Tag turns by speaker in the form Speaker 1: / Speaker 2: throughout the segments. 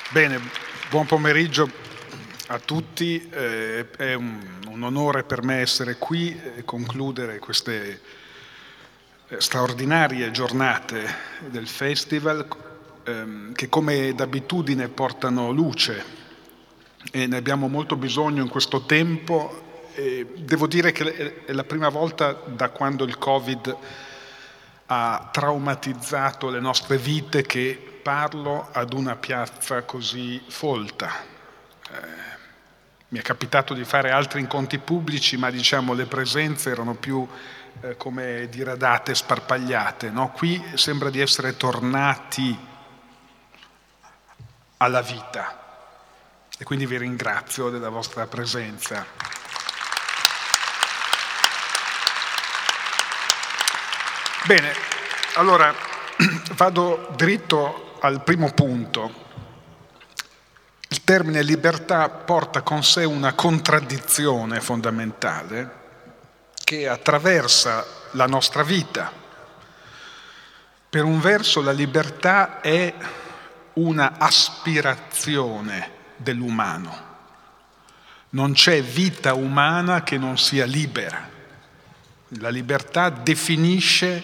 Speaker 1: Bene, buon pomeriggio a tutti. È un onore per me essere qui e concludere queste straordinarie giornate del festival che come d'abitudine portano luce e ne abbiamo molto bisogno in questo tempo. Devo dire che è la prima volta da quando il Covid ha traumatizzato le nostre vite che parlo ad una piazza così folta. Mi è capitato di fare altri incontri pubblici, ma diciamo le presenze erano più come diradate, sparpagliate, no? Qui sembra di essere tornati alla vita e quindi vi ringrazio della vostra presenza. Bene, allora vado dritto al primo punto. Il termine libertà porta con sé una contraddizione fondamentale che attraversa la nostra vita. Per un verso la libertà è una aspirazione dell'umano. Non c'è vita umana che non sia libera. La libertà definisce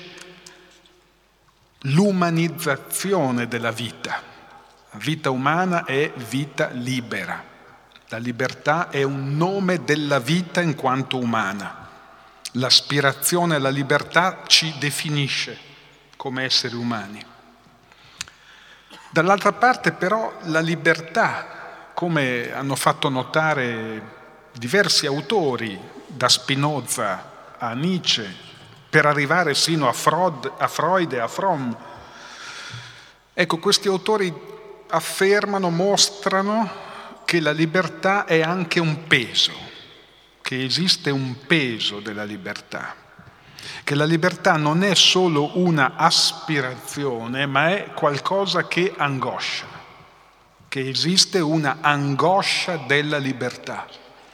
Speaker 1: l'umanizzazione della vita. La vita umana è vita libera. La libertà è un nome della vita in quanto umana. L'aspirazione alla libertà ci definisce come esseri umani. Dall'altra parte però la libertà, come hanno fatto notare diversi autori, da Spinoza a Nietzsche, per arrivare sino a Freud e a Fromm. Ecco, questi autori affermano, mostrano che la libertà è anche un peso, che esiste un peso della libertà, che la libertà non è solo una aspirazione, ma è qualcosa che angoscia, che esiste una angoscia della libertà.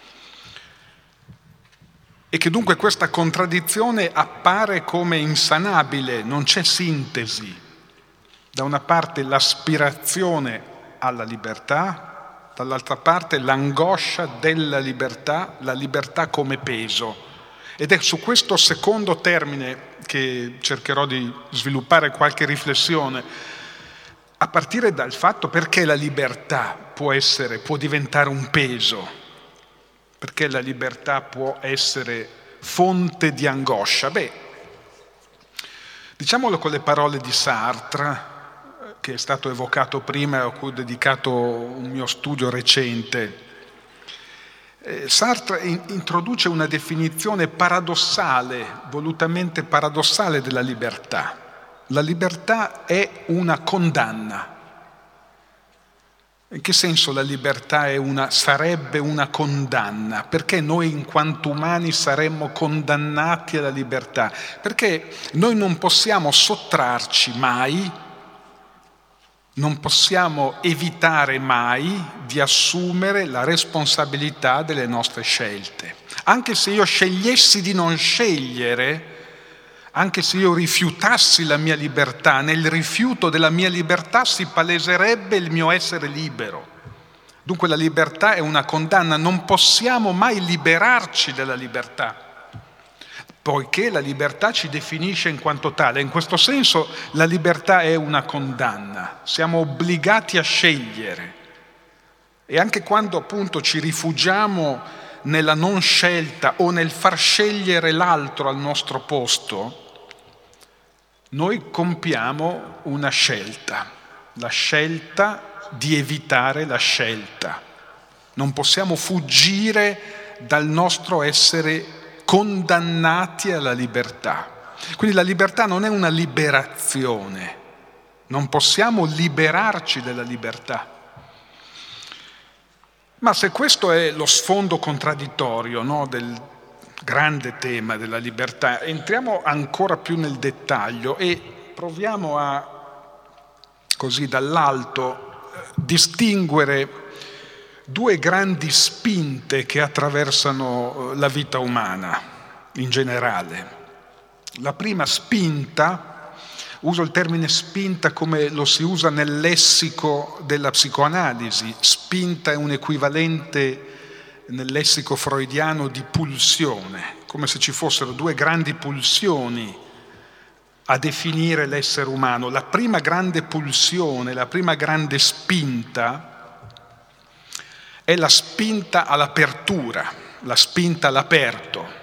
Speaker 1: E che dunque questa contraddizione appare come insanabile, non c'è sintesi. Da una parte l'aspirazione alla libertà, dall'altra parte l'angoscia della libertà, la libertà come peso. Ed è su questo secondo termine che cercherò di sviluppare qualche riflessione, a partire dal fatto perché la libertà può diventare un peso. Perché la libertà può essere fonte di angoscia? Beh, diciamolo con le parole di Sartre, che è stato evocato prima e a cui ho dedicato un mio studio recente. Sartre introduce una definizione paradossale, volutamente paradossale della libertà. La libertà è una condanna. In che senso la libertà sarebbe una condanna? Perché noi in quanto umani saremmo condannati alla libertà? Perché noi non possiamo sottrarci mai, non possiamo evitare mai di assumere la responsabilità delle nostre scelte. Anche se io scegliessi di non scegliere, anche se io rifiutassi la mia libertà, nel rifiuto della mia libertà si paleserebbe il mio essere libero. Dunque la libertà è una condanna, non possiamo mai liberarci della libertà, poiché la libertà ci definisce in quanto tale. In questo senso la libertà è una condanna, siamo obbligati a scegliere. E anche quando appunto ci rifugiamo nella non scelta o nel far scegliere l'altro al nostro posto, noi compiamo una scelta, la scelta di evitare la scelta. Non possiamo fuggire dal nostro essere condannati alla libertà. Quindi la libertà non è una liberazione, non possiamo liberarci della libertà. Ma se questo è lo sfondo contraddittorio, no, del grande tema della libertà, entriamo ancora più nel dettaglio e proviamo a, così dall'alto, distinguere due grandi spinte che attraversano la vita umana in generale. La prima spinta Uso il termine spinta come lo si usa nel lessico della psicoanalisi. Spinta è un equivalente nel lessico freudiano di pulsione, come se ci fossero due grandi pulsioni a definire l'essere umano. La prima grande pulsione, la prima grande spinta è la spinta all'apertura, la spinta all'aperto.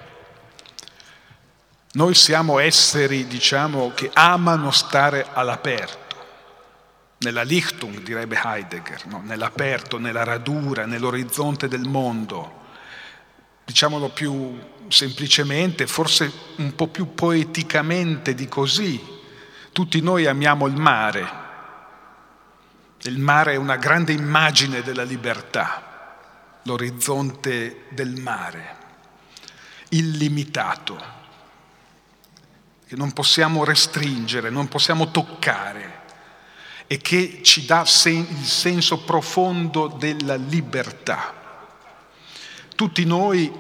Speaker 1: Noi siamo esseri, che amano stare all'aperto, nella Lichtung, direbbe Heidegger, no? Nell'aperto, nella radura, nell'orizzonte del mondo. Diciamolo più semplicemente, forse un po' più poeticamente di così, tutti noi amiamo il mare. Il mare è una grande immagine della libertà, l'orizzonte del mare, illimitato, che non possiamo restringere, non possiamo toccare e che ci dà il senso profondo della libertà. Tutti noi,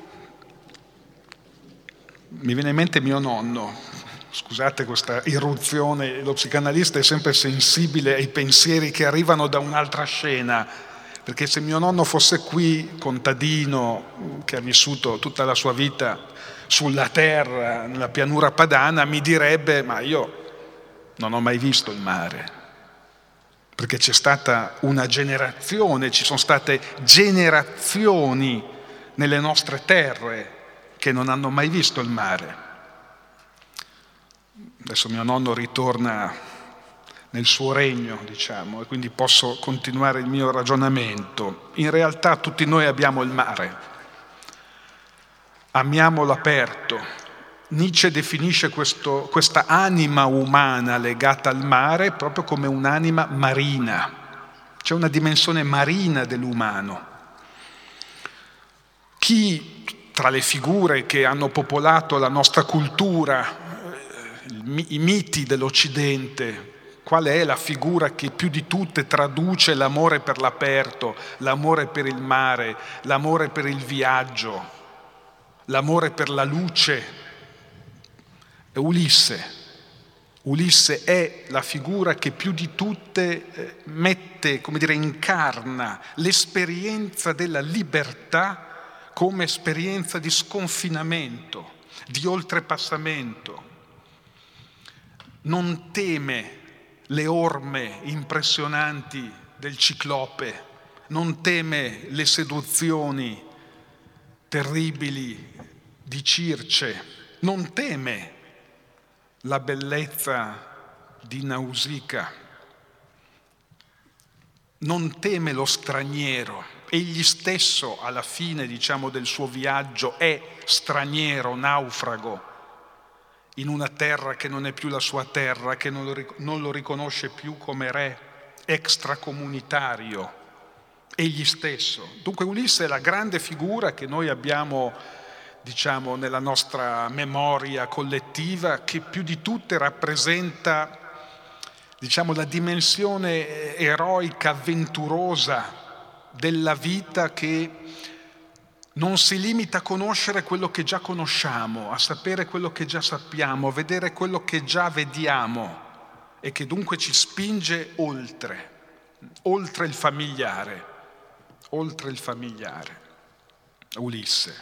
Speaker 1: mi viene in mente mio nonno, scusate questa irruzione, lo psicanalista è sempre sensibile ai pensieri che arrivano da un'altra scena, perché se mio nonno fosse qui, contadino, che ha vissuto tutta la sua vita sulla terra, nella pianura padana, mi direbbe: ma io non ho mai visto il mare, perché c'è stata una generazione, ci sono state generazioni nelle nostre terre che non hanno mai visto il mare. Adesso mio nonno ritorna nel suo regno, e quindi posso continuare il mio ragionamento. In realtà tutti noi abbiamo il mare. Amiamo l'aperto. Nietzsche definisce questa anima umana legata al mare proprio come un'anima marina. C'è una dimensione marina dell'umano. Chi tra le figure che hanno popolato la nostra cultura, i miti dell'Occidente, qual è la figura che più di tutte traduce l'amore per l'aperto, l'amore per il mare, l'amore per il viaggio, l'amore per la luce? È Ulisse. Ulisse è la figura che più di tutte incarna l'esperienza della libertà come esperienza di sconfinamento, di oltrepassamento. Non teme le orme impressionanti del ciclope, non teme le seduzioni terribili di Circe, non teme la bellezza di Nausicaa, non teme lo straniero. Egli stesso alla fine, del suo viaggio è straniero, naufrago, in una terra che non è più la sua terra, che non lo riconosce più come re, extracomunitario, egli stesso. Dunque Ulisse è la grande figura che noi abbiamo, nella nostra memoria collettiva, che più di tutte rappresenta, la dimensione eroica, avventurosa della vita, che non si limita a conoscere quello che già conosciamo, a sapere quello che già sappiamo, a vedere quello che già vediamo, e che dunque ci spinge oltre il familiare, Ulisse.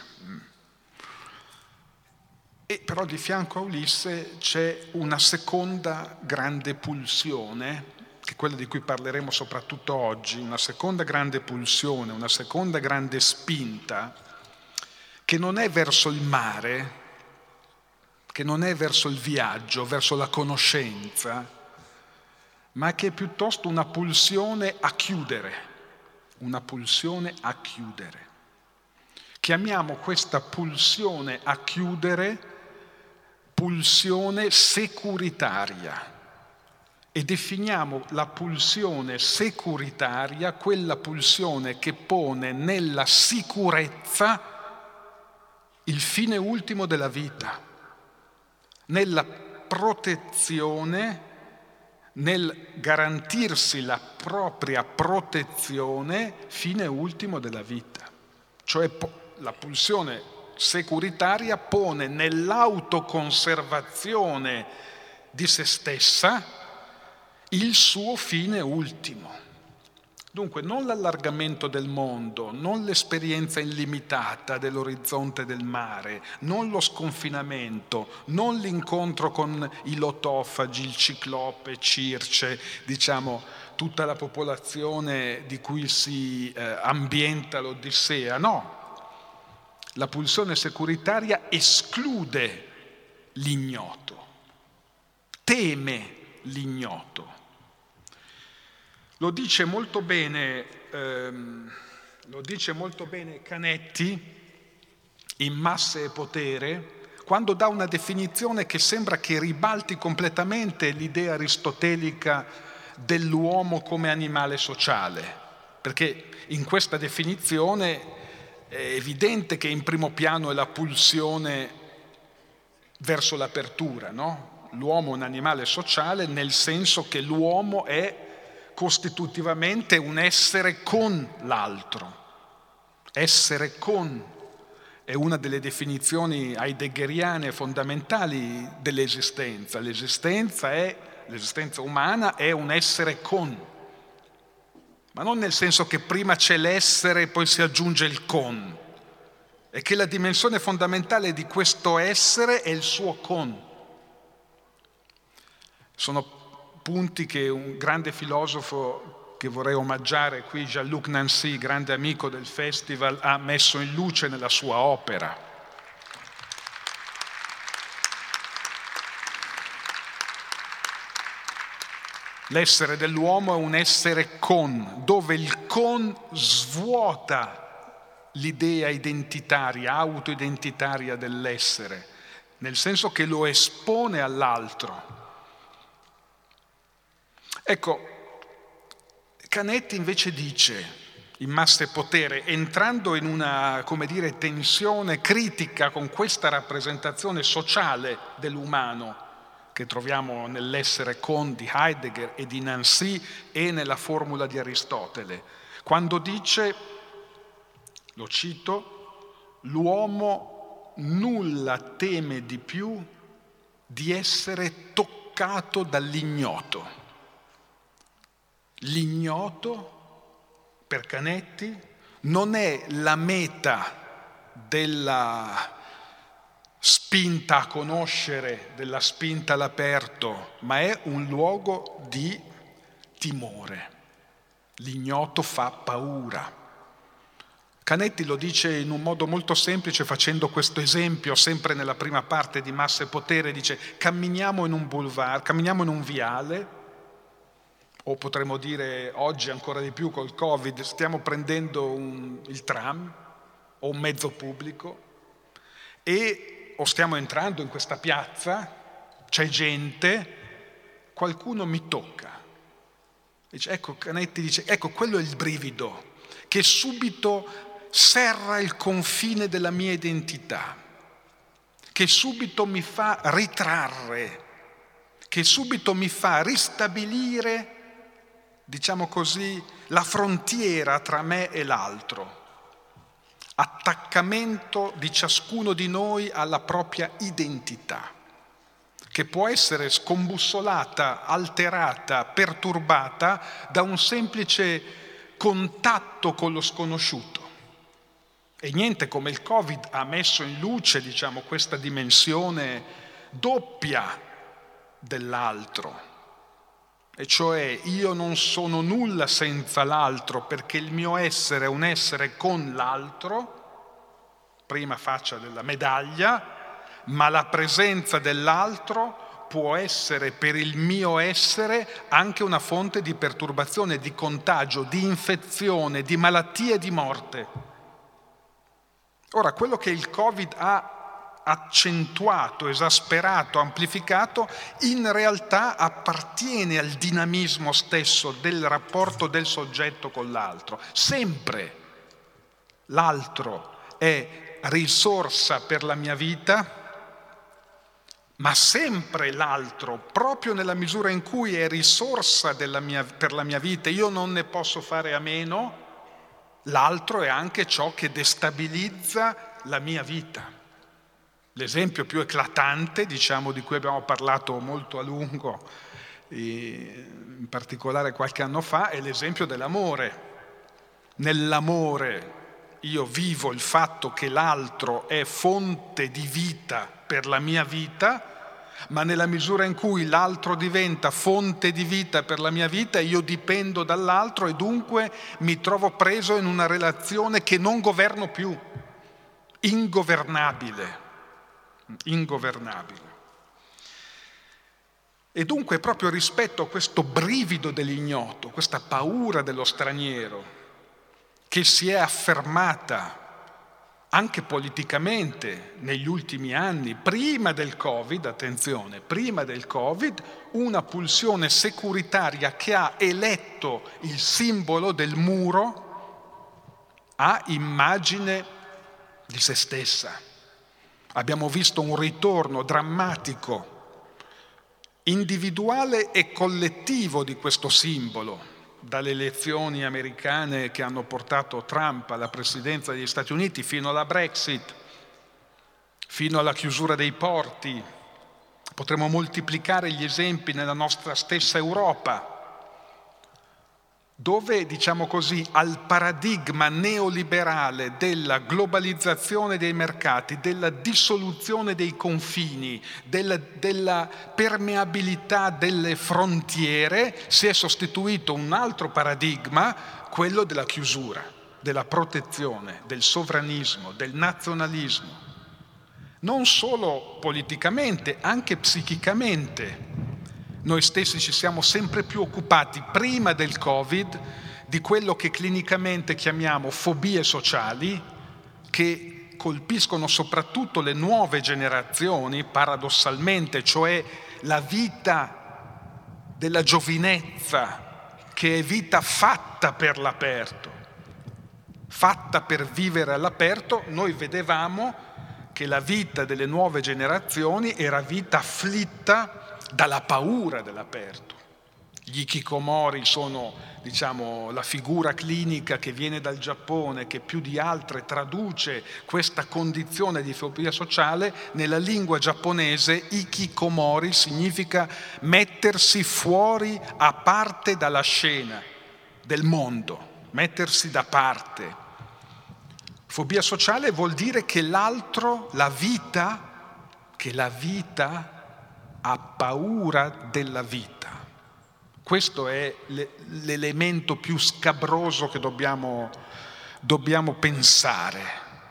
Speaker 1: E però di fianco a Ulisse c'è una seconda grande pulsione, che è quella di cui parleremo soprattutto oggi, una seconda grande pulsione, una seconda grande spinta, che non è verso il mare, che non è verso il viaggio, verso la conoscenza, ma che è piuttosto una pulsione a chiudere, Chiamiamo questa pulsione a chiudere pulsione securitaria. E definiamo la pulsione securitaria quella pulsione che pone nella sicurezza il fine ultimo della vita, nella protezione, nel garantirsi la propria protezione, fine ultimo della vita. Cioè la pulsione securitaria pone nell'autoconservazione di se stessa il suo fine ultimo. Dunque non l'allargamento del mondo, non l'esperienza illimitata dell'orizzonte del mare, non lo sconfinamento, non l'incontro con i lotofagi, il ciclope, Circe, diciamo tutta la popolazione di cui si ambienta l'Odissea, no. La pulsione securitaria esclude l'ignoto, teme l'ignoto. Lo dice molto bene Canetti in Massa e Potere, quando dà una definizione che sembra che ribalti completamente l'idea aristotelica dell'uomo come animale sociale, perché in questa definizione è evidente che in primo piano è la pulsione verso l'apertura, no? L'uomo è un animale sociale nel senso che l'uomo è costitutivamente un essere con l'altro. Essere con è una delle definizioni heideggeriane fondamentali dell'esistenza. L'esistenza umana è un essere con, ma non nel senso che prima c'è l'essere e poi si aggiunge il con. È che la dimensione fondamentale di questo essere è il suo con. Sono punti che un grande filosofo che vorrei omaggiare qui, Jean-Luc Nancy, grande amico del festival, ha messo in luce nella sua opera. L'essere dell'uomo è un essere con, dove il con svuota l'idea identitaria, autoidentitaria dell'essere, nel senso che lo espone all'altro. Ecco, Canetti invece dice, in Massa e Potere, entrando in una, tensione critica con questa rappresentazione sociale dell'umano che troviamo nell'essere con di Heidegger e di Nancy e nella formula di Aristotele, quando dice, lo cito, l'uomo nulla teme di più di essere toccato dall'ignoto. L'ignoto, per Canetti, non è la meta della spinta a conoscere, della spinta all'aperto, ma è un luogo di timore. L'ignoto fa paura. Canetti lo dice in un modo molto semplice facendo questo esempio, sempre nella prima parte di Massa e Potere, dice camminiamo in un boulevard, camminiamo in un viale, o potremmo dire oggi ancora di più col Covid, stiamo prendendo il tram o un mezzo pubblico o stiamo entrando in questa piazza, c'è gente, qualcuno mi tocca. Canetti dice, ecco quello è il brivido che subito serra il confine della mia identità, che subito mi fa ritrarre, che subito mi fa ristabilire, diciamo così, la frontiera tra me e l'altro, attaccamento di ciascuno di noi alla propria identità, che può essere scombussolata, alterata, perturbata da un semplice contatto con lo sconosciuto. E niente come il Covid ha messo in luce, questa dimensione doppia dell'altro. E cioè io non sono nulla senza l'altro perché il mio essere è un essere con l'altro, prima faccia della medaglia, ma la presenza dell'altro può essere per il mio essere anche una fonte di perturbazione, di contagio, di infezione, di malattia e di morte. Ora, quello che il Covid ha accentuato, esasperato, amplificato, in realtà appartiene al dinamismo stesso del rapporto del soggetto con l'altro. Sempre l'altro è risorsa per la mia vita, ma sempre l'altro, proprio nella misura in cui è risorsa per la mia vita, io non ne posso fare a meno, l'altro è anche ciò che destabilizza la mia vita. L'esempio più eclatante, diciamo, di cui abbiamo parlato molto a lungo, in particolare qualche anno fa, è l'esempio dell'amore. Nell'amore io vivo il fatto che l'altro è fonte di vita per la mia vita, ma nella misura in cui l'altro diventa fonte di vita per la mia vita, io dipendo dall'altro e dunque mi trovo preso in una relazione che non governo più, ingovernabile. E dunque proprio rispetto a questo brivido dell'ignoto, questa paura dello straniero, che si è affermata anche politicamente negli ultimi anni, prima del Covid, attenzione, prima del Covid, una pulsione securitaria che ha eletto il simbolo del muro a immagine di se stessa. Abbiamo visto un ritorno drammatico, individuale e collettivo di questo simbolo, dalle elezioni americane che hanno portato Trump alla presidenza degli Stati Uniti fino alla Brexit, fino alla chiusura dei porti. Potremmo moltiplicare gli esempi nella nostra stessa Europa, dove, diciamo così, al paradigma neoliberale della globalizzazione dei mercati, della dissoluzione dei confini, della permeabilità delle frontiere, si è sostituito un altro paradigma, quello della chiusura, della protezione, del sovranismo, del nazionalismo. Non solo politicamente, anche psichicamente. Noi stessi ci siamo sempre più occupati, prima del Covid, di quello che clinicamente chiamiamo fobie sociali, che colpiscono soprattutto le nuove generazioni, paradossalmente, cioè la vita della giovinezza, che è vita fatta per l'aperto, fatta per vivere all'aperto. Noi vedevamo che la vita delle nuove generazioni era vita afflitta dalla paura dell'aperto. Gli hikikomori sono, diciamo, la figura clinica che viene dal Giappone, che più di altre traduce questa condizione di fobia sociale. Nella lingua giapponese hikikomori significa mettersi fuori a parte dalla scena del mondo, mettersi da parte. Fobia sociale vuol dire che l'altro, la vita ha paura della vita. Questo è l'elemento più scabroso che dobbiamo pensare.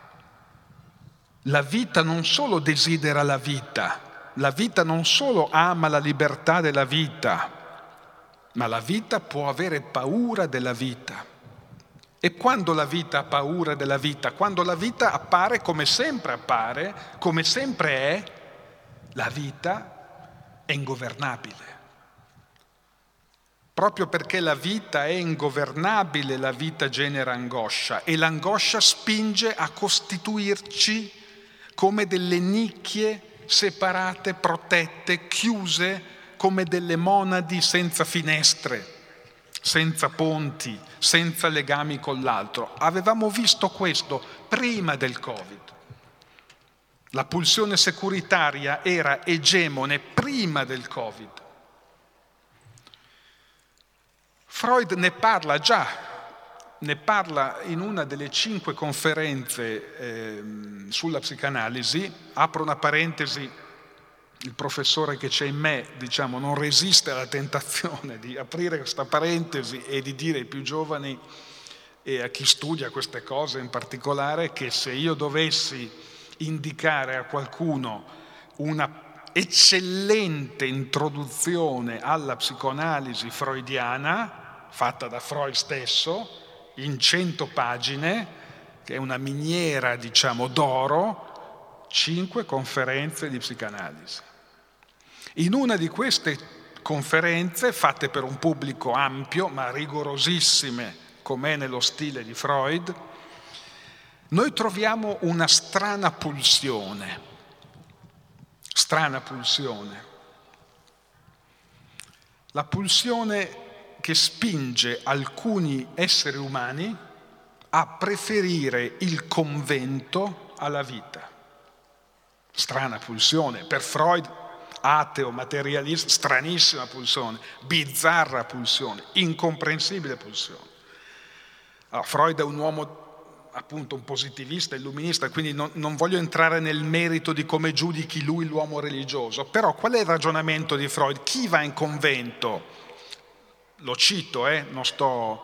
Speaker 1: La vita non solo desidera la vita non solo ama la libertà della vita, ma la vita può avere paura della vita. E quando la vita ha paura della vita? Quando la vita appare, come sempre è, la vita è ingovernabile. Proprio perché la vita è ingovernabile, la vita genera angoscia e l'angoscia spinge a costituirci come delle nicchie separate, protette, chiuse, come delle monadi senza finestre, senza ponti, senza legami con l'altro. Avevamo visto questo prima del Covid. La pulsione securitaria era egemone prima del Covid. Freud ne parla in una delle 5 conferenze sulla psicanalisi. Apro una parentesi, il professore che c'è in me, diciamo, non resiste alla tentazione di aprire questa parentesi e di dire ai più giovani e a chi studia queste cose in particolare che se io dovessi indicare a qualcuno una eccellente introduzione alla psicoanalisi freudiana, fatta da Freud stesso, in 100 pagine, che è una miniera, diciamo, d'oro, 5 conferenze di psicanalisi. In una di queste conferenze, fatte per un pubblico ampio, ma rigorosissime, com'è nello stile di Freud, noi troviamo una strana pulsione. La pulsione che spinge alcuni esseri umani a preferire il convento alla vita. Strana pulsione. Per Freud, ateo, materialista, stranissima pulsione, bizzarra pulsione, incomprensibile pulsione. Allora, Freud è un uomo appunto un positivista, illuminista, quindi non voglio entrare nel merito di come giudichi lui l'uomo religioso, però qual è il ragionamento di Freud? Chi va in convento? Lo cito, non sto...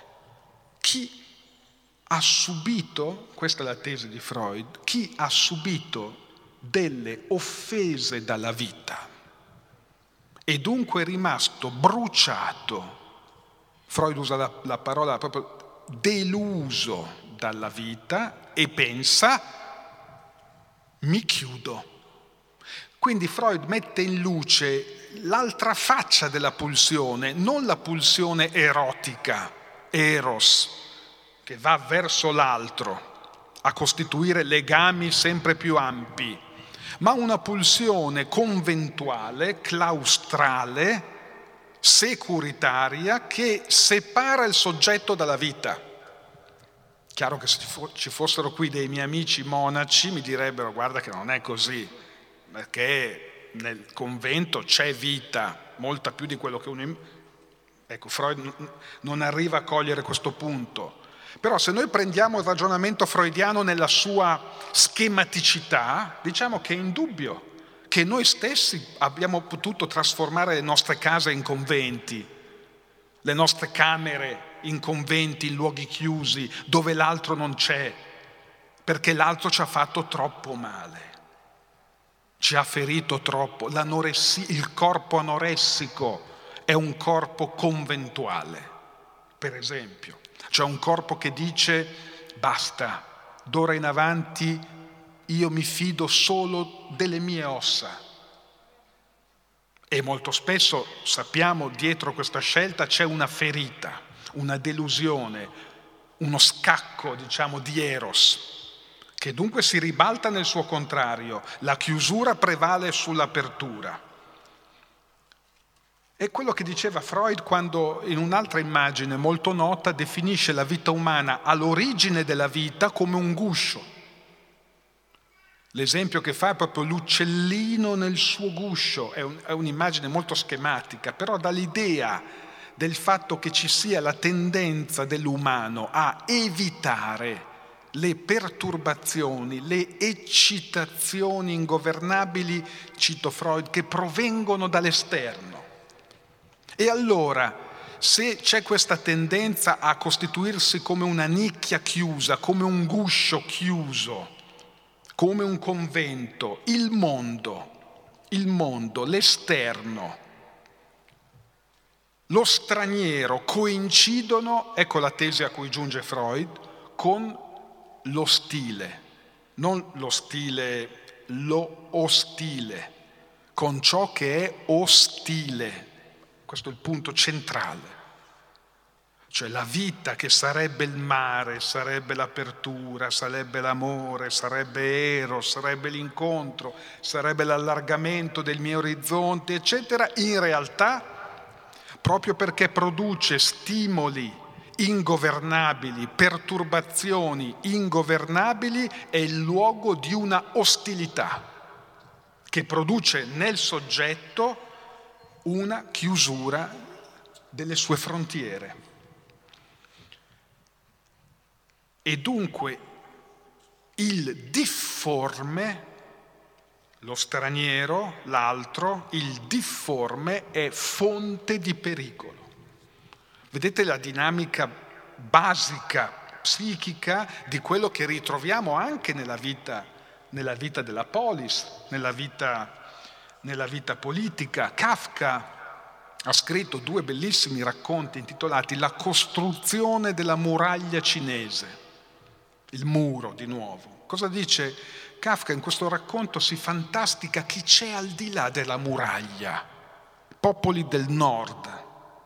Speaker 1: Chi ha subito, questa è la tesi di Freud, chi ha subito delle offese dalla vita e dunque è rimasto bruciato, Freud usa la parola proprio deluso dalla vita e pensa, mi chiudo. Quindi Freud mette in luce l'altra faccia della pulsione, non la pulsione erotica, eros, che va verso l'altro a costituire legami sempre più ampi, ma una pulsione conventuale, claustrale, securitaria, che separa il soggetto dalla vita. Chiaro che se ci fossero qui dei miei amici monaci mi direbbero guarda che non è così, perché nel convento c'è vita, molta più di quello che uno... Ecco, Freud non arriva a cogliere questo punto. Però se noi prendiamo il ragionamento freudiano nella sua schematicità, diciamo che è indubbio che noi stessi abbiamo potuto trasformare le nostre case in conventi, le nostre camere in conventi, in luoghi chiusi, dove l'altro non c'è, perché l'altro ci ha fatto troppo male, ci ha ferito troppo. Il corpo anoressico è un corpo conventuale, per esempio. Cioè un corpo che dice basta, d'ora in avanti io mi fido solo delle mie ossa. E molto spesso sappiamo dietro questa scelta c'è una ferita, una delusione, uno scacco, diciamo, di eros, che dunque si ribalta nel suo contrario, la chiusura prevale sull'apertura. È quello che diceva Freud quando in un'altra immagine molto nota definisce la vita umana all'origine della vita come un guscio. L'esempio che fa è proprio l'uccellino nel suo guscio, è un'immagine molto schematica, però dà l'idea del fatto che ci sia la tendenza dell'umano a evitare le perturbazioni, le eccitazioni ingovernabili, cito Freud, che provengono dall'esterno. E allora, se c'è questa tendenza a costituirsi come una nicchia chiusa, come un guscio chiuso, come un convento, il mondo, l'esterno, lo straniero coincidono, ecco la tesi a cui giunge Freud, con lo stile, non lo stile, lo ostile, con ciò che è ostile. Questo è il punto centrale. Cioè la vita che sarebbe il mare, sarebbe l'apertura, sarebbe l'amore, sarebbe eros, sarebbe l'incontro, sarebbe l'allargamento del mio orizzonte, eccetera, in realtà, proprio perché produce stimoli ingovernabili, perturbazioni ingovernabili, è il luogo di una ostilità che produce nel soggetto una chiusura delle sue frontiere. E dunque il difforme, lo straniero, l'altro, il difforme è fonte di pericolo. Vedete la dinamica basica, psichica di quello che ritroviamo anche nella vita della polis, nella vita politica. Kafka ha scritto 2 bellissimi racconti intitolati La costruzione della muraglia cinese. Il muro, di nuovo. Cosa dice Kafka in questo racconto? Si fantastica chi c'è al di là della muraglia, popoli del nord.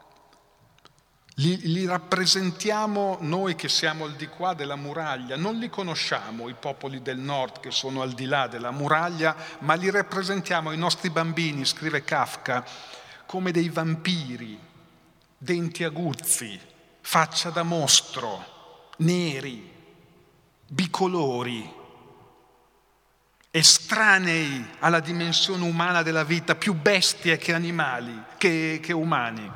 Speaker 1: Li rappresentiamo noi che siamo al di qua della muraglia, non li conosciamo i popoli del nord che sono al di là della muraglia, ma li rappresentiamo ai nostri bambini, scrive Kafka, come dei vampiri, denti aguzzi, faccia da mostro, neri, bicolori. estranei alla dimensione umana della vita, più bestie che animali, che umani.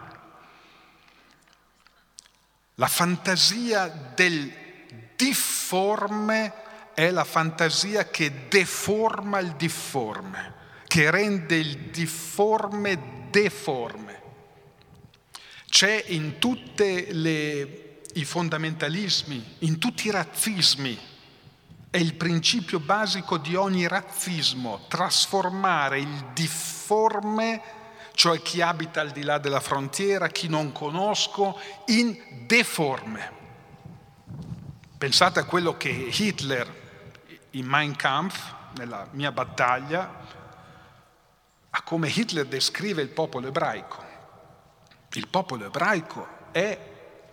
Speaker 1: La fantasia del difforme è la fantasia che deforma il difforme, che rende il difforme deforme. C'è in tutti i fondamentalismi, in tutti i razzismi, è il principio basico di ogni razzismo, trasformare il difforme, cioè chi abita al di là della frontiera, chi non conosco, in deforme. Pensate a quello che Hitler in Mein Kampf, nella mia battaglia, a come Hitler descrive il popolo ebraico. Il popolo ebraico è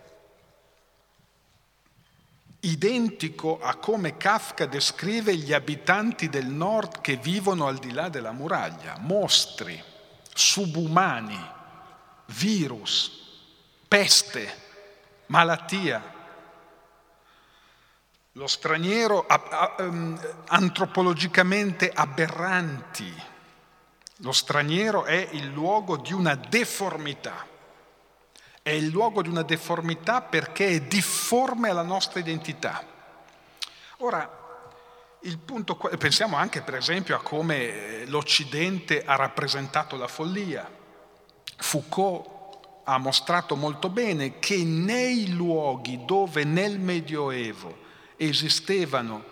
Speaker 1: identico a come Kafka descrive gli abitanti del nord che vivono al di là della muraglia: mostri, subumani, virus, peste, malattia. Lo straniero antropologicamente aberranti. Lo straniero è il luogo di una deformità. È il luogo di una deformità perché è difforme alla nostra identità. Ora, il punto, pensiamo anche per esempio a come l'Occidente ha rappresentato la follia. Foucault ha mostrato molto bene che nei luoghi dove nel Medioevo esistevano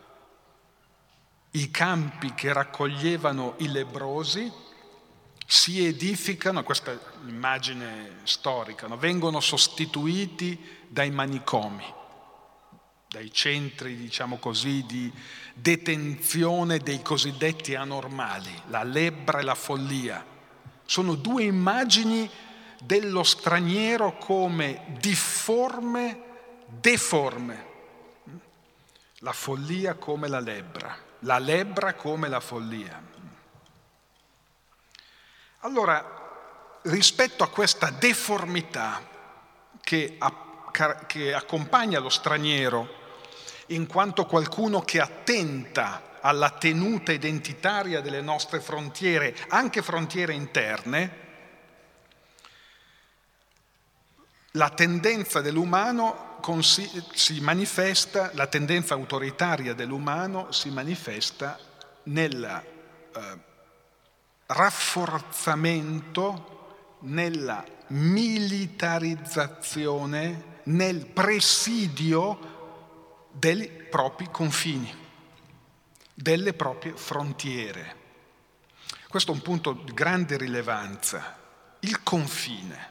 Speaker 1: i campi che raccoglievano i lebbrosi, si edificano, questa è l'immagine storica, no? Vengono sostituiti dai manicomi, dai centri, diciamo così, di detenzione dei cosiddetti anormali, la lebbra e la follia. Sono due immagini dello straniero come difforme, deforme. La follia come la lebbra come la follia. Allora, rispetto a questa deformità che accompagna lo straniero, in quanto qualcuno che attenta alla tenuta identitaria delle nostre frontiere, anche frontiere interne, la tendenza dell'umano si manifesta, la tendenza autoritaria dell'umano si manifesta nel rafforzamento, nella militarizzazione, nel presidio dei propri confini, delle proprie frontiere. Questo è un punto di grande rilevanza. Il confine.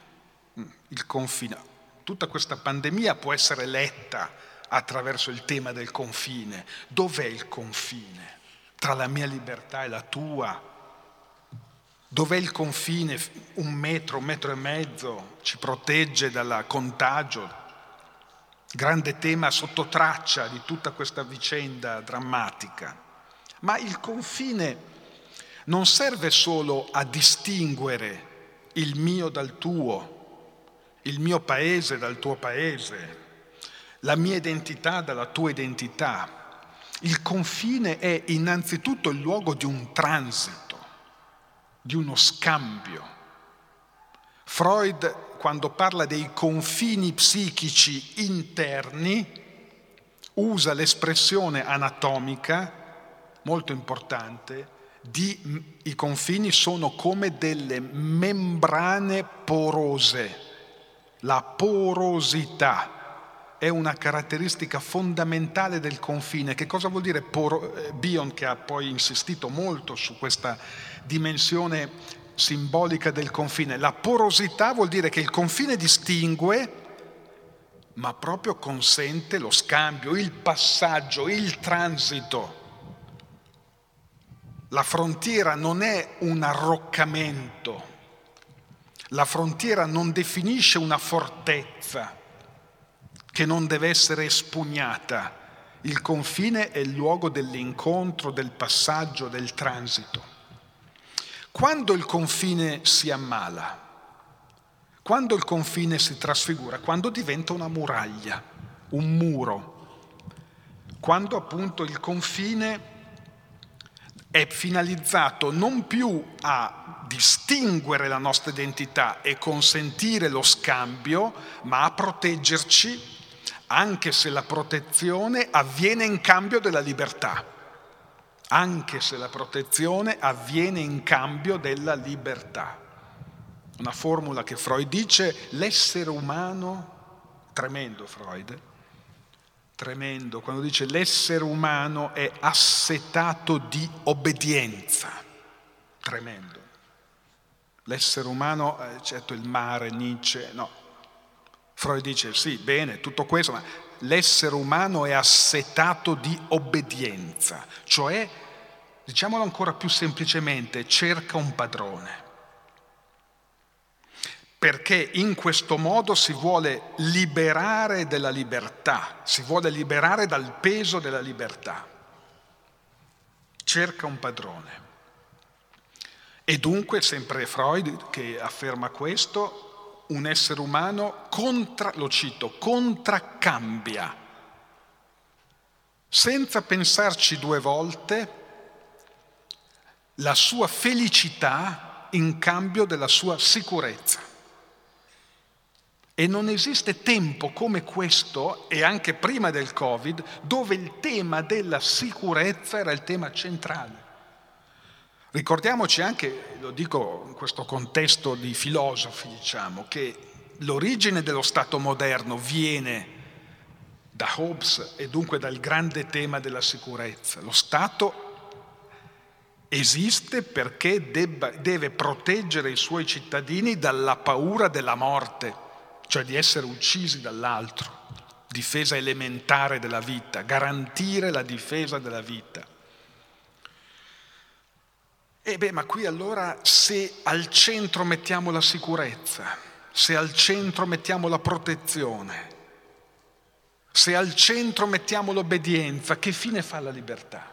Speaker 1: Tutta questa pandemia può essere letta attraverso il tema del confine. Dov'è il confine tra la mia libertà e la tua? Dov'è il confine? 1 metro, 1,5 metri ci protegge dal contagio? Grande tema sotto traccia di tutta questa vicenda drammatica. Ma il confine non serve solo a distinguere il mio dal tuo, il mio paese dal tuo paese, la mia identità dalla tua identità. Il confine è innanzitutto il luogo di un transito, di uno scambio. Freud, quando parla dei confini psichici interni, usa l'espressione anatomica, molto importante, i confini sono come delle membrane porose. La porosità è una caratteristica fondamentale del confine. Che cosa vuol dire Bion, che ha poi insistito molto su questa dimensione simbolica del confine? La porosità vuol dire che il confine distingue, ma proprio consente lo scambio, il passaggio, il transito. La frontiera non è un arroccamento, la frontiera non definisce una fortezza che non deve essere espugnata. Il confine è il luogo dell'incontro, del passaggio, del transito. Quando il confine si ammala, quando il confine si trasfigura, quando diventa una muraglia, un muro, quando appunto il confine è finalizzato non più a distinguere la nostra identità e consentire lo scambio, ma a proteggerci, anche se la protezione avviene in cambio della libertà. Anche se la protezione avviene in cambio della libertà. Una formula che Freud dice: l'essere umano, tremendo Freud, tremendo, quando dice l'essere umano è assetato di obbedienza, tremendo. L'essere umano, certo il mare, Nietzsche, no. Freud dice sì, bene, tutto questo, ma l'essere umano è assetato di obbedienza, cioè, diciamolo ancora più semplicemente, cerca un padrone. Perché in questo modo si vuole liberare della libertà, si vuole liberare dal peso della libertà. Cerca un padrone. E dunque, sempre Freud che afferma questo, un essere umano contraccambia, senza pensarci due volte, la sua felicità in cambio della sua sicurezza. E non esiste tempo come questo, e anche prima del Covid, dove il tema della sicurezza era il tema centrale. Ricordiamoci anche, lo dico in questo contesto di filosofi, diciamo, che l'origine dello Stato moderno viene da Hobbes e dunque dal grande tema della sicurezza. Lo Stato esiste perché deve proteggere i suoi cittadini dalla paura della morte, cioè di essere uccisi dall'altro, difesa elementare della vita, garantire la difesa della vita. Ma qui allora, se al centro mettiamo la sicurezza, se al centro mettiamo la protezione, se al centro mettiamo l'obbedienza, che fine fa la libertà?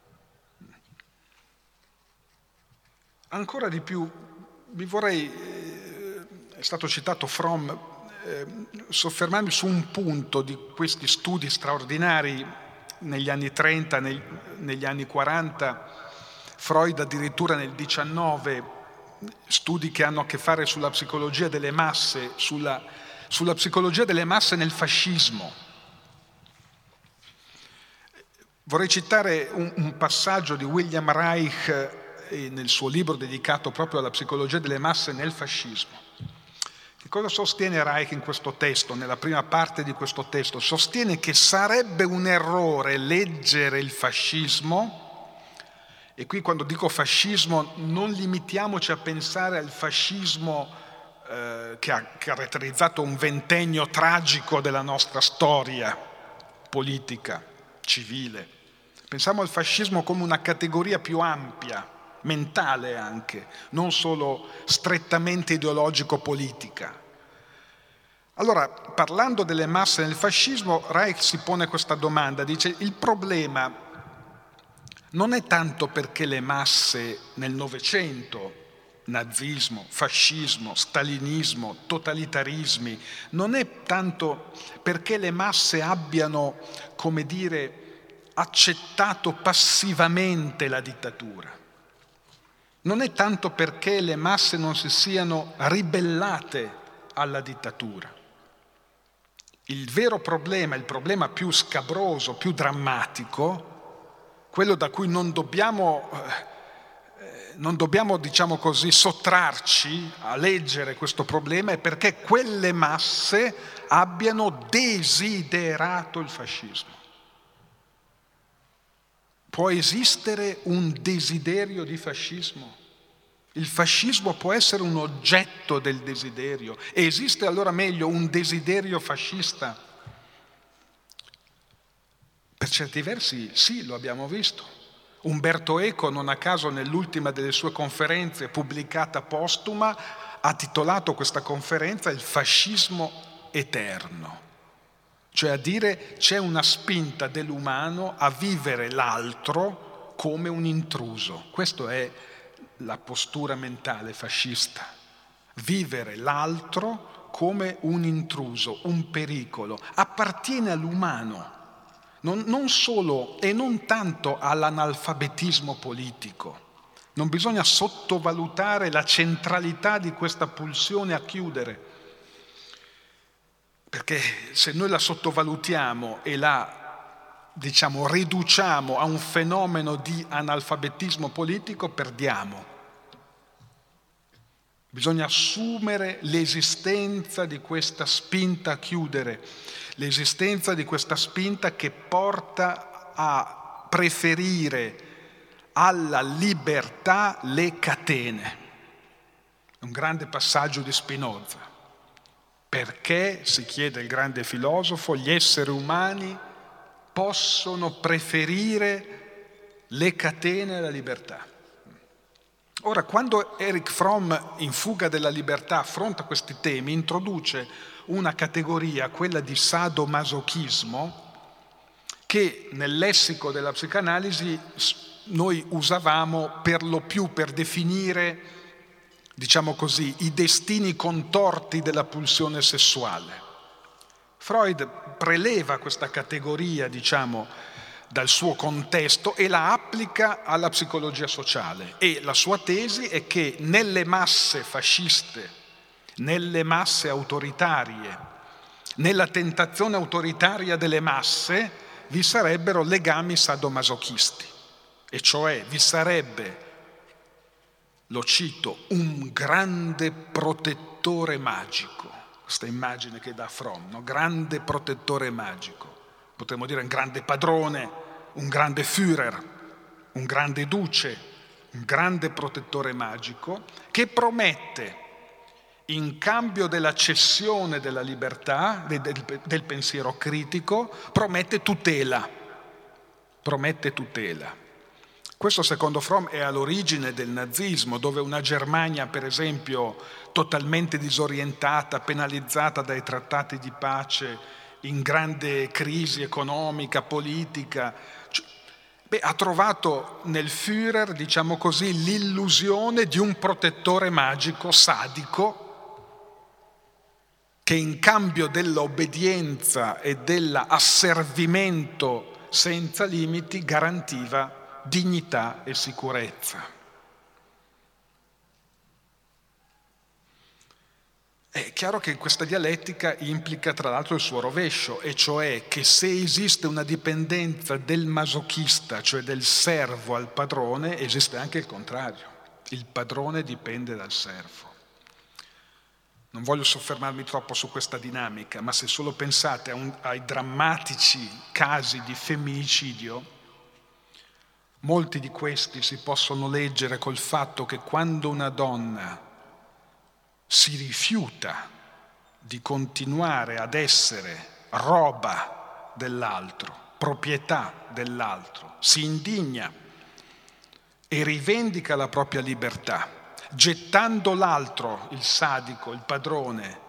Speaker 1: Ancora di più, vi vorrei, è stato citato Fromm, soffermarmi su un punto di questi studi straordinari negli anni 30, negli anni 40, Freud addirittura nel 19, studi che hanno a che fare sulla psicologia delle masse, sulla psicologia delle masse nel fascismo. Vorrei citare un passaggio di William Reich nel suo libro dedicato proprio alla psicologia delle masse nel fascismo. Che cosa sostiene Reich in questo testo, nella prima parte di questo testo? Sostiene che sarebbe un errore leggere il fascismo, e qui quando dico fascismo non limitiamoci a pensare al fascismo che ha caratterizzato un ventennio tragico della nostra storia politica, civile. Pensiamo al fascismo come una categoria più ampia, mentale anche, non solo strettamente ideologico-politica. Allora, parlando delle masse nel fascismo, Reich si pone questa domanda, dice: il problema non è tanto perché le masse nel Novecento, nazismo, fascismo, stalinismo, totalitarismi, non è tanto perché le masse abbiano, come dire, accettato passivamente la dittatura. Non è tanto perché le masse non si siano ribellate alla dittatura. Il vero problema, il problema più scabroso, più drammatico, quello da cui non dobbiamo, diciamo così, sottrarci a leggere questo problema, è perché quelle masse abbiano desiderato il fascismo. Può esistere un desiderio di fascismo? Il fascismo può essere un oggetto del desiderio. E esiste allora meglio un desiderio fascista? Per certi versi sì, lo abbiamo visto. Umberto Eco, non a caso nell'ultima delle sue conferenze pubblicata postuma, ha titolato questa conferenza Il fascismo eterno. Cioè a dire c'è una spinta dell'umano a vivere l'altro come un intruso. Questa è la postura mentale fascista. Vivere l'altro come un intruso, un pericolo. Appartiene all'umano. non solo e non tanto all'analfabetismo politico. Non bisogna sottovalutare la centralità di questa pulsione a chiudere, perché se noi la sottovalutiamo e la, riduciamo a un fenomeno di analfabetismo politico, perdiamo. Bisogna assumere l'esistenza di questa spinta a chiudere, l'esistenza di questa spinta che porta a preferire alla libertà le catene. Un grande passaggio di Spinoza. Perché, si chiede il grande filosofo, gli esseri umani possono preferire le catene alla libertà? Ora, quando Erich Fromm in Fuga della libertà affronta questi temi, introduce una categoria, quella di sadomasochismo, che nel lessico della psicanalisi noi usavamo per lo più per definire, i destini contorti della pulsione sessuale. Freud preleva questa categoria, dal suo contesto e la applica alla psicologia sociale. E la sua tesi è che nelle masse fasciste, nelle masse autoritarie, nella tentazione autoritaria delle masse, vi sarebbero legami sadomasochisti. E cioè vi sarebbe, lo cito, un grande protettore magico. Questa immagine che dà Fromm, no? Grande protettore magico. Potremmo dire un grande padrone, un grande Führer, un grande duce, un grande protettore magico che promette, in cambio della cessione della libertà, del pensiero critico, promette tutela. Questo, secondo Fromm, è all'origine del nazismo, dove una Germania, per esempio, totalmente disorientata, penalizzata dai trattati di pace, in grande crisi economica, politica, ha trovato nel Führer, l'illusione di un protettore magico, sadico, che in cambio dell'obbedienza e dell'asservimento senza limiti garantiva dignità e sicurezza. È chiaro che questa dialettica implica tra l'altro il suo rovescio, e cioè che se esiste una dipendenza del masochista, cioè del servo al padrone, esiste anche il contrario. Il padrone dipende dal servo. Non voglio soffermarmi troppo su questa dinamica, ma se solo pensate ai drammatici casi di femminicidio, molti di questi si possono leggere col fatto che quando una donna si rifiuta di continuare ad essere roba dell'altro, proprietà dell'altro, si indigna e rivendica la propria libertà, gettando l'altro, il sadico, il padrone,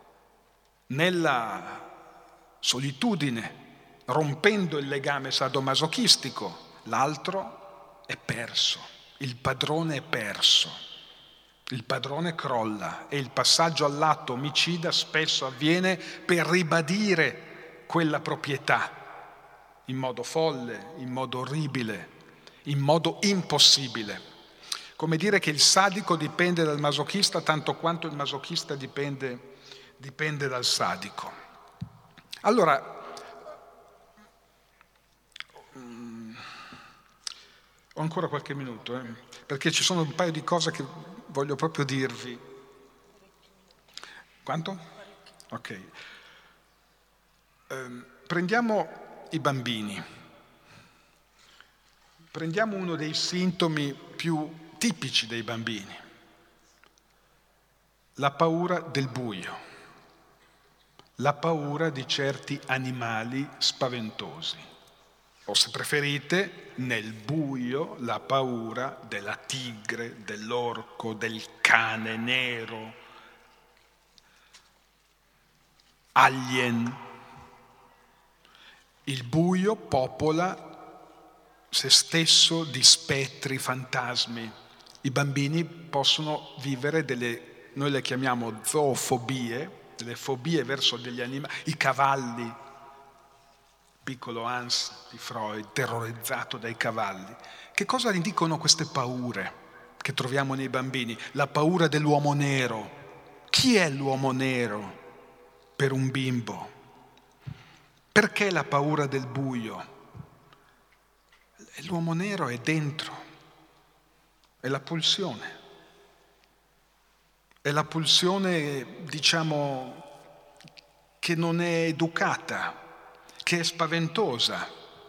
Speaker 1: nella solitudine, rompendo il legame sadomasochistico, l'altro è perso, il padrone è perso. Il padrone crolla e il passaggio all'atto omicida spesso avviene per ribadire quella proprietà in modo folle, in modo orribile, in modo impossibile. Come dire che il sadico dipende dal masochista tanto quanto il masochista dipende dal sadico. Allora, ho ancora qualche minuto, perché ci sono un paio di cose che voglio proprio dirvi. Quanto? Ok. Prendiamo i bambini. Prendiamo uno dei sintomi più tipici dei bambini. La paura del buio. La paura di certi animali spaventosi. O se preferite, nel buio la paura della tigre, dell'orco, del cane nero, alien. Il buio popola se stesso di spettri, fantasmi. I bambini possono vivere noi le chiamiamo zoofobie, delle fobie verso degli animali, i cavalli. piccolo Hans di Freud, terrorizzato dai cavalli. Che cosa dicono queste paure che troviamo nei bambini? La paura dell'uomo nero. Chi è l'uomo nero per un bimbo? Perché la paura del buio? L'uomo nero è dentro, è la pulsione. È la pulsione, diciamo, che non è educata, che è spaventosa.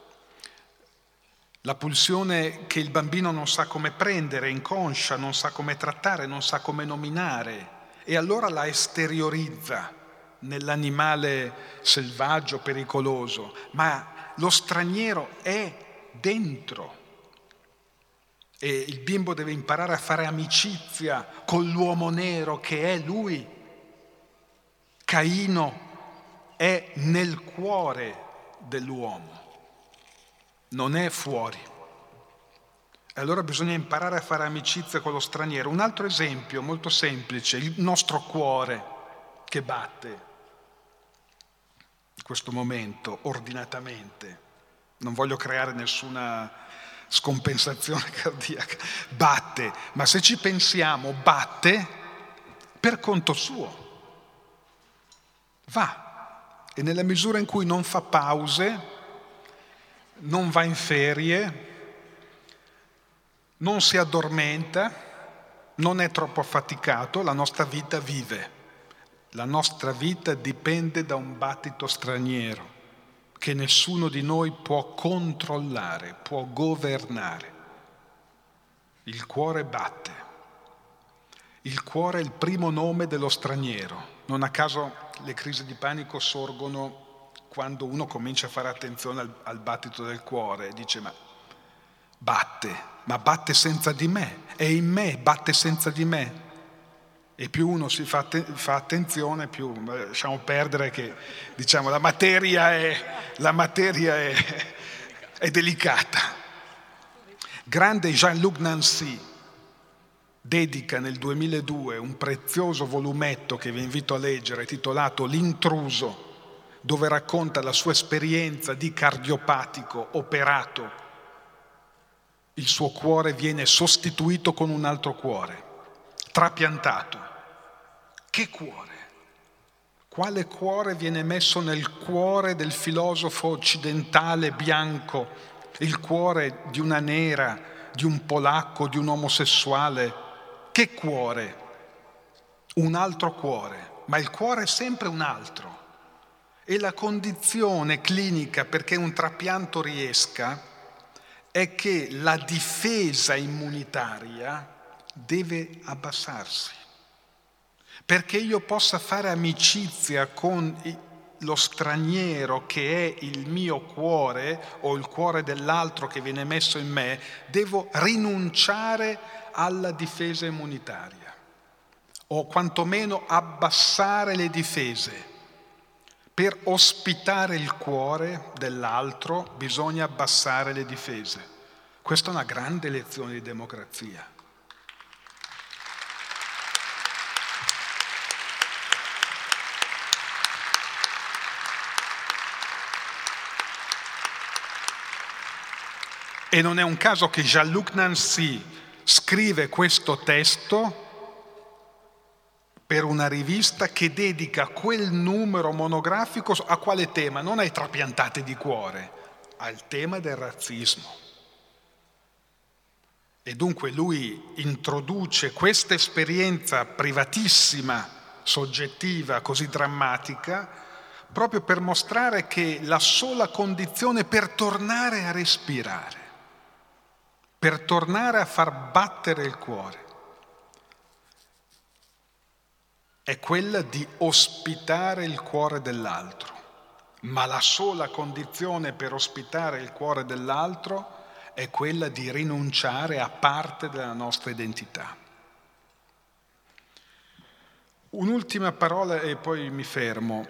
Speaker 1: La pulsione che il bambino non sa come prendere, è inconscia, non sa come trattare, non sa come nominare, e allora la esteriorizza nell'animale selvaggio, pericoloso. Ma lo straniero è dentro. E il bimbo deve imparare a fare amicizia con l'uomo nero che è lui. Caino è nel cuore dell'uomo, non è fuori. E allora bisogna imparare a fare amicizia con lo straniero. Un altro esempio molto semplice, il nostro cuore che batte in questo momento ordinatamente. Non voglio creare nessuna scompensazione cardiaca. Batte, ma se ci pensiamo, batte per conto suo. Va, e nella misura in cui non fa pause, non va in ferie, non si addormenta, non è troppo affaticato, la nostra vita vive. La nostra vita dipende da un battito straniero che nessuno di noi può controllare, può governare. Il cuore batte. Il cuore è il primo nome dello straniero. Non a caso le crisi di panico sorgono quando uno comincia a fare attenzione al battito del cuore e dice ma batte senza di me, è in me, batte senza di me. E più uno si fa attenzione, più lasciamo perdere che diciamo la materia è delicata. Grande Jean-Luc Nancy dedica nel 2002 un prezioso volumetto che vi invito a leggere, titolato L'intruso, dove racconta la sua esperienza di cardiopatico operato. Il suo cuore viene sostituito con un altro cuore, trapiantato. Che cuore? Quale cuore viene messo nel cuore del filosofo occidentale bianco? Il cuore di una nera, di un polacco, di un omosessuale? Che cuore? Un altro cuore, ma il cuore è sempre un altro. E la condizione clinica perché un trapianto riesca è che la difesa immunitaria deve abbassarsi. Perché io possa fare amicizia con lo straniero che è il mio cuore o il cuore dell'altro che viene messo in me, devo rinunciare alla difesa immunitaria o quantomeno abbassare le difese. Per ospitare il cuore dell'altro bisogna abbassare le difese. Questa è una grande lezione di democrazia. E non è un caso che Jean-Luc Nancy scrive questo testo per una rivista che dedica quel numero monografico a quale tema? Non ai trapiantati di cuore, al tema del razzismo. E dunque lui introduce questa esperienza privatissima, soggettiva, così drammatica, proprio per mostrare che la sola condizione per tornare a respirare, per tornare a far battere il cuore, è quella di ospitare il cuore dell'altro. Ma la sola condizione per ospitare il cuore dell'altro è quella di rinunciare a parte della nostra identità. Un'ultima parola e poi mi fermo.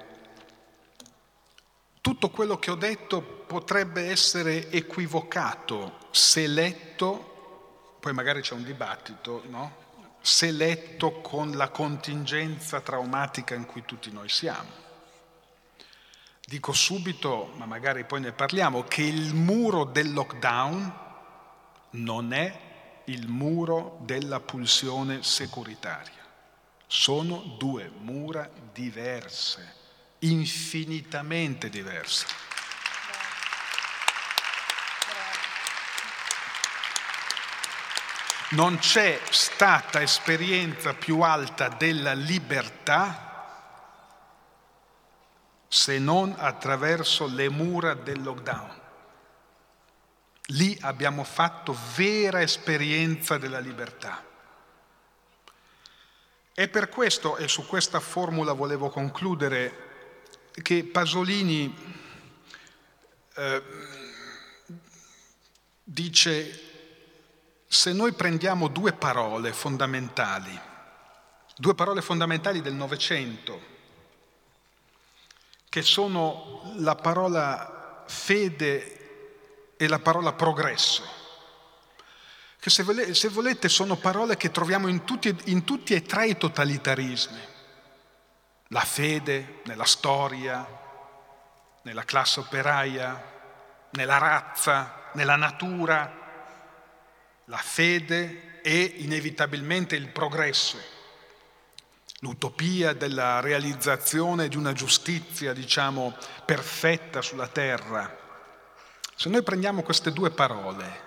Speaker 1: Tutto quello che ho detto potrebbe essere equivocato se letto, poi magari c'è un dibattito, no? Se letto con la contingenza traumatica in cui tutti noi siamo. Dico subito, ma magari poi ne parliamo, che il muro del lockdown non è il muro della pulsione securitaria. Sono due mura diverse, infinitamente diverse. Non c'è stata esperienza più alta della libertà se non attraverso le mura del lockdown. Lì abbiamo fatto vera esperienza della libertà. È per questo, e su questa formula volevo concludere, che Pasolini dice: se noi prendiamo due parole fondamentali del Novecento, che sono la parola fede e la parola progresso, che se volete sono parole che troviamo in tutti e tre i totalitarismi. La fede nella storia, nella classe operaia, nella razza, nella natura. La fede è inevitabilmente il progresso, l'utopia della realizzazione di una giustizia, diciamo, perfetta sulla terra. Se noi prendiamo queste due parole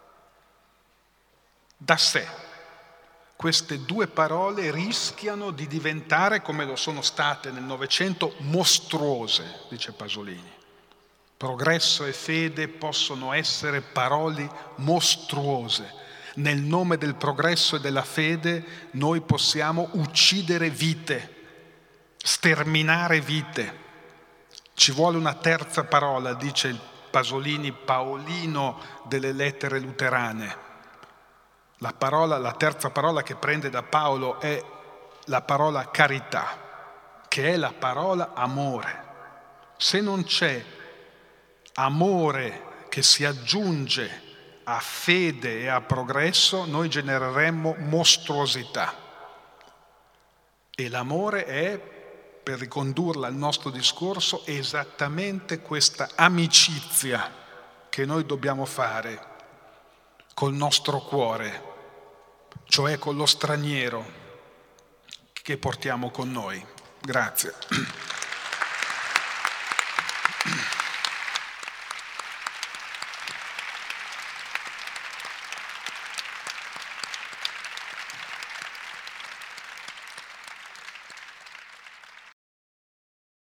Speaker 1: da sé, queste due parole rischiano di diventare, come lo sono state nel Novecento, mostruose, dice Pasolini. Progresso e fede possono essere parole mostruose. Nel nome del progresso e della fede noi possiamo uccidere vite, sterminare vite. Ci vuole una terza parola, dice il Pasolini paolino delle lettere luterane. La terza parola che prende da Paolo è la parola carità, che è la parola amore. Se non c'è amore che si aggiunge a fede e a progresso, noi genereremmo mostruosità. E l'amore è, per ricondurla al nostro discorso, esattamente questa amicizia che noi dobbiamo fare col nostro cuore, cioè con lo straniero che portiamo con noi. Grazie.